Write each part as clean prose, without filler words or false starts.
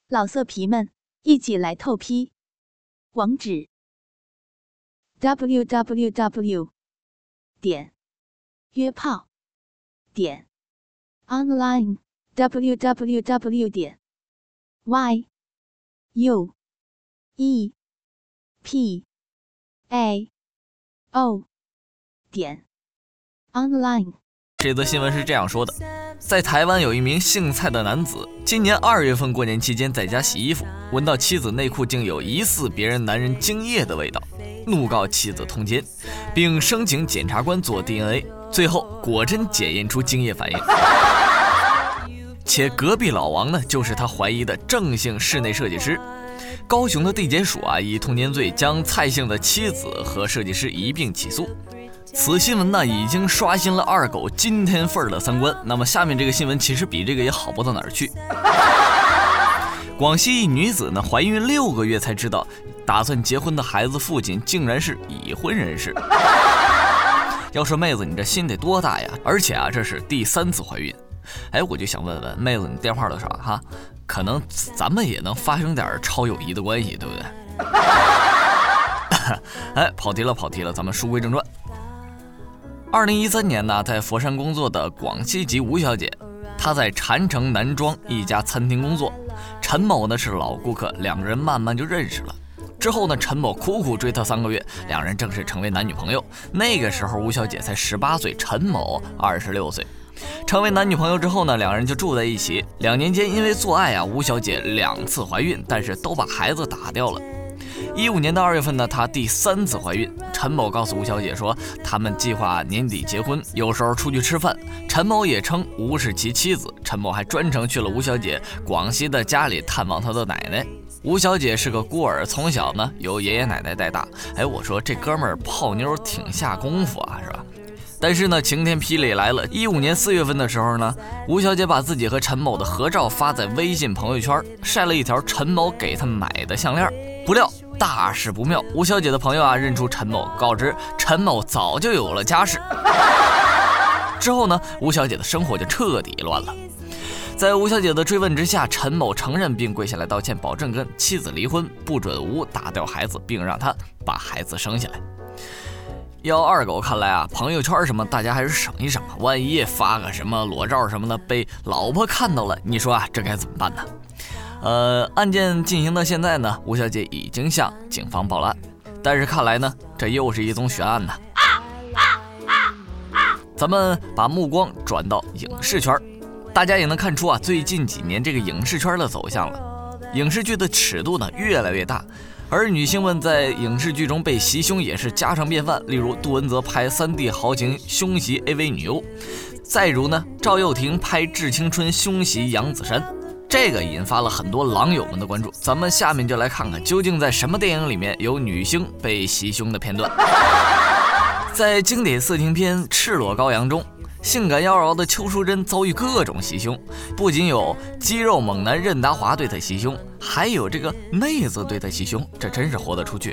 老色皮们，一起来透批！网址 www.约炮online www.yuepao.online。 这则新闻是这样说的：在台湾有一名姓蔡的男子，今年2月份过年期间在家洗衣服，闻到妻子内裤竟有疑似别人男人精液的味道，怒告妻子通奸，并申请检察官做 DNA， 最后果真检验出精液反应。且隔壁老王呢，就是他怀疑的郑姓室内设计师。高雄的地检署以通奸罪将蔡姓的妻子和设计师一并起诉。此新闻呢，已经刷新了二狗今天份的三观。那么下面这个新闻其实比这个也好不到哪儿去。广西一女子呢，怀孕6个月才知道，打算结婚的孩子父亲竟然是已婚人士。要说妹子，你这心得多大呀？而且这是第3次怀孕。我就想问问妹子，你电话多少哈？可能咱们也能发生点超友谊的关系，对不对？跑题了，咱们书归正传。2013年呢，在佛山工作的广西籍吴小姐，她在禅城南庄一家餐厅工作。陈某呢是老顾客，两个人慢慢就认识了。之后呢，陈某苦苦追她3个月，两人正式成为男女朋友。那个时候吴小姐才18岁，陈某26岁。成为男女朋友之后呢，两人就住在一起。2年间因为做爱吴小姐2次怀孕，但是都把孩子打掉了。15年的2月份呢，她第3次怀孕。陈某告诉吴小姐说，他们计划年底结婚，有时候出去吃饭。陈某也称吴是其妻子。陈某还专程去了吴小姐广西的家里探望她的奶奶。吴小姐是个孤儿，从小呢由爷爷奶奶带大。我说这哥们儿泡妞挺下功夫是吧？但是呢，晴天霹雳来了。15年4月份的时候呢，吴小姐把自己和陈某的合照发在微信朋友圈，晒了一条陈某给她买的项链。不料大事不妙，吴小姐的朋友认出陈某，告知陈某早就有了家室。之后呢，吴小姐的生活就彻底乱了。在吴小姐的追问之下，陈某承认并跪下来道歉，保证跟妻子离婚，不准吴打掉孩子，并让他把孩子生下来。要二狗看来朋友圈什么大家还是省一省万一发个什么裸照什么的被老婆看到了，你说这该怎么办呢？案件进行到现在呢，吴小姐已经向警方报了案，但是看来呢，这又是一宗悬案呢。咱们把目光转到影视圈，大家也能看出最近几年这个影视圈的走向了。影视剧的尺度呢越来越大，而女性们在影视剧中被袭胸也是家常便饭。例如杜文泽拍3D 豪情胸袭 AV 女优，再如呢赵又廷拍致青春胸袭杨子姗，这个引发了很多狼友们的关注。咱们下面就来看看究竟在什么电影里面有女星被袭胸的片段。在经典色情片《赤裸羔羊》中，性感妖娆的邱淑贞遭遇各种袭胸，不仅有肌肉猛男任达华对她袭胸，还有这个妹子对她袭胸，这真是活得出去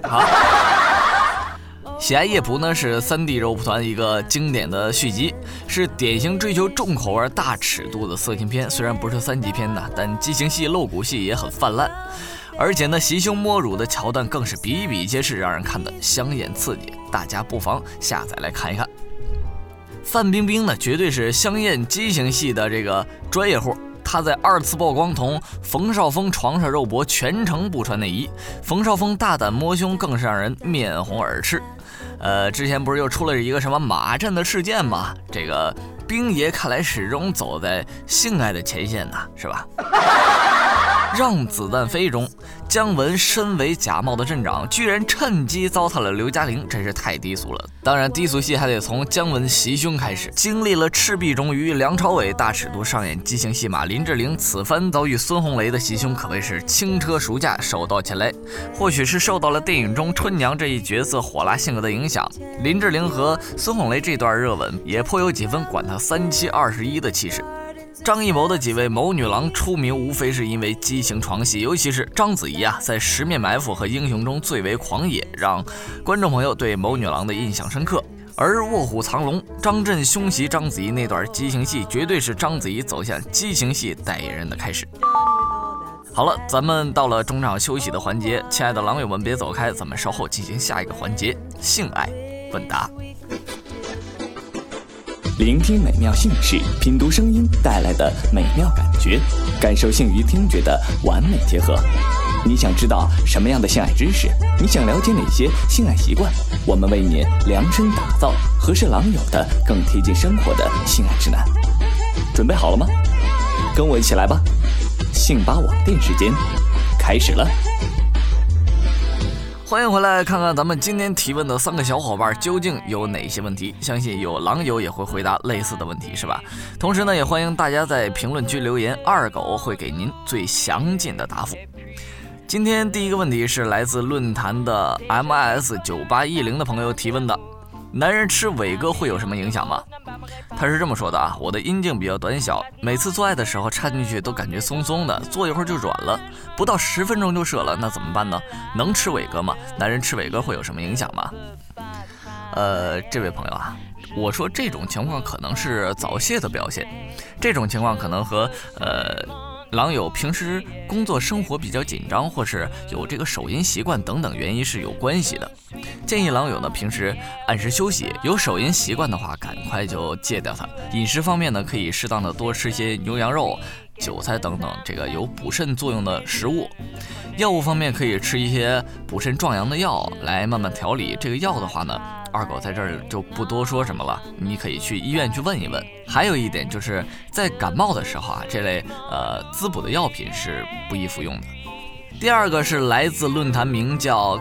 喜爱夜蒲呢是3D 肉蒲团一个经典的续集，是典型追求重口味大尺度的色情片。虽然不是3级片呢，但激情戏露骨戏也很泛滥，而且呢袭胸摸乳的桥段更是比比皆是，让人看得香艳刺激。大家不妨下载来看一看。范冰冰呢绝对是香艳激情戏的这个专业户，她在2次曝光同冯绍峰床上肉搏，全程不穿内衣。冯绍峰大胆摸胸更是让人面红耳赤。之前不是又出了一个什么马震的事件吗？这个冰爷看来始终走在性爱的前线呢，是吧？让子弹飞中，姜文身为假冒的镇长，居然趁机糟蹋了刘嘉玲，真是太低俗了。当然低俗戏还得从姜文袭胸开始。经历了赤壁忠与梁朝伟大尺度上演激情戏码，林志玲此番遭遇孙红雷的袭胸，可谓是轻车熟驾，手到擒来。或许是受到了电影中春娘这一角色火辣性格的影响，林志玲和孙红雷这段热吻也颇有几分管他37、21的气势。张艺谋的几位谋女郎出名无非是因为激情床戏，尤其是章子怡在《十面埋伏》和《英雄》中最为狂野，让观众朋友对谋女郎的印象深刻。而《卧虎藏龙》张震胸袭章子怡那段激情戏，绝对是章子怡走向激情戏代言人的开始。 好了，咱们到了中场休息的环节，亲爱的狼友们别走开，咱们稍后进行下一个环节——性爱问答。 聆听美妙性事，品读声音带来的美妙感觉，感受性与听觉的完美结合。你想知道什么样的性爱知识？你想了解哪些性爱习惯？我们为你量身打造合适狼友的更贴近生活的性爱指南。准备好了吗？跟我一起来吧！性吧网店时间开始了。 欢迎回来，看看咱们今天提问的3个小伙伴究竟有哪些问题，相信有狼友也会回答类似的问题，是吧？同时呢，也欢迎大家在评论区留言，二狗会给您最详尽的答复。今天第一个问题是来自论坛的 MIS9810 的朋友提问的：男人吃伟哥会有什么影响吗？他是这么说的啊，我的阴茎比较短小，每次做爱的时候插进去都感觉松松的，做一会儿就软了，不到10分钟就射了，那怎么办呢？能吃伟哥吗？男人吃伟哥会有什么影响吗？这位朋友啊，我说这种情况可能是早泄的表现，这种情况可能和狼友平时工作生活比较紧张，或是有这个手淫习惯等等原因是有关系的。建议狼友呢平时按时休息，有手淫习惯的话赶快就戒掉它。饮食方面呢，可以适当的多吃些牛羊肉、韭菜等等这个有补肾作用的食物。药物方面可以吃一些补肾壮阳的药来慢慢调理。这个药的话呢，二狗在这儿就不多说什么了，你可以去医院去问一问。还有一点就是在感冒的时候啊，这类滋补的药品是不宜服用的。第二个是来自论坛名叫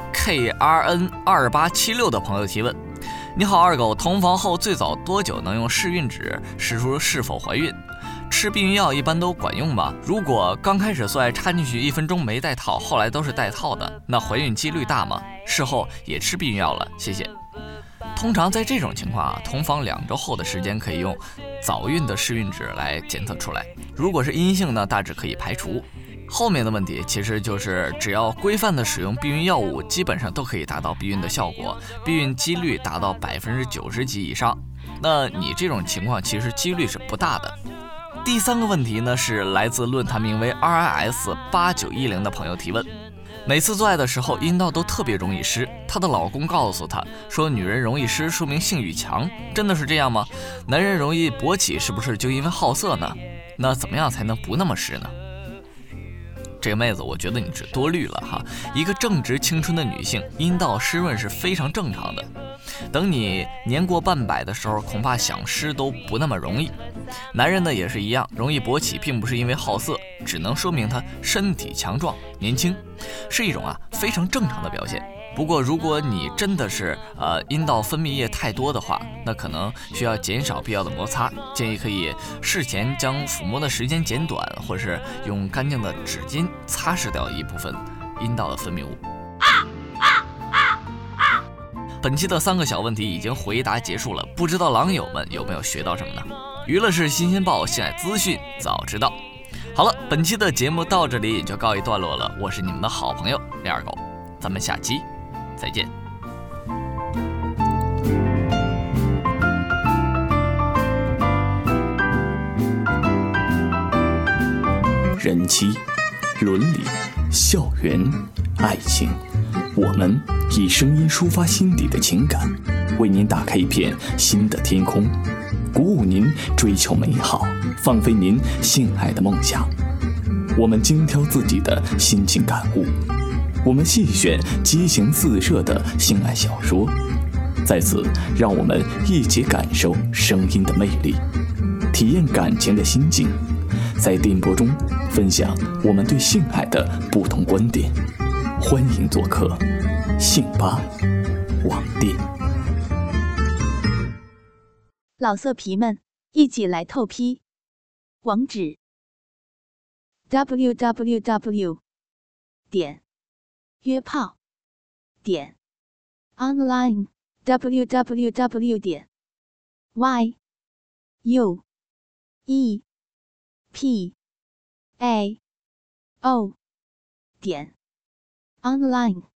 KRN2876 的朋友提问：你好二狗，同房后最早多久能用试孕纸试出是否怀孕？吃避孕药一般都管用吗？如果刚开始做爱插进去1分钟没带套，后来都是带套的，那怀孕几率大吗？事后也吃避孕药了，谢谢。通常在这种情况啊，同房2周后的时间可以用早孕的试孕纸来检测出来，如果是阴性呢，大致可以排除。后面的问题其实就是只要规范的使用避孕药物，基本上都可以达到避孕的效果，避孕几率达到90%几以上。那你这种情况其实几率是不大的。第3个问题呢，是来自论坛名为 RIS8910 的朋友提问：每次做爱的时候阴道都特别容易湿，她的老公告诉她说女人容易湿说明性欲强，真的是这样吗？男人容易勃起是不是就因为好色呢？那怎么样才能不那么湿呢？这个妹子，我觉得你是多虑了哈。一个正值青春的女性，阴道湿润是非常正常的。等你年过半百的时候，恐怕想湿都不那么容易。男人呢也是一样，容易勃起并不是因为好色，只能说明他身体强壮、年轻，是一种非常正常的表现。不过如果你真的是阴道分泌液太多的话，那可能需要减少必要的摩擦，建议可以事前将抚摸的时间减短，或是用干净的纸巾擦拭掉一部分阴道的分泌物。本期的3个小问题已经回答结束了，不知道狼友们有没有学到什么呢？娱乐是新鲜报，性爱资讯早知道。好了，本期的节目到这里也就告一段落了，我是你们的好朋友李二狗，咱们下期再见。 人妻、伦理、校园、爱情，我们以声音抒发心底的情感，为您打开一片新的天空，鼓舞您追求美好，放飞您性爱的梦想。我们精挑自己的心情感悟，我们细选激情四射的性爱小说，在此让我们一起感受声音的魅力，体验感情的心境，在电波中分享我们对性爱的不同观点。欢迎做客性吧网店。 老色皮们，一起来透批！网址 www.约炮.online www.yuepao.online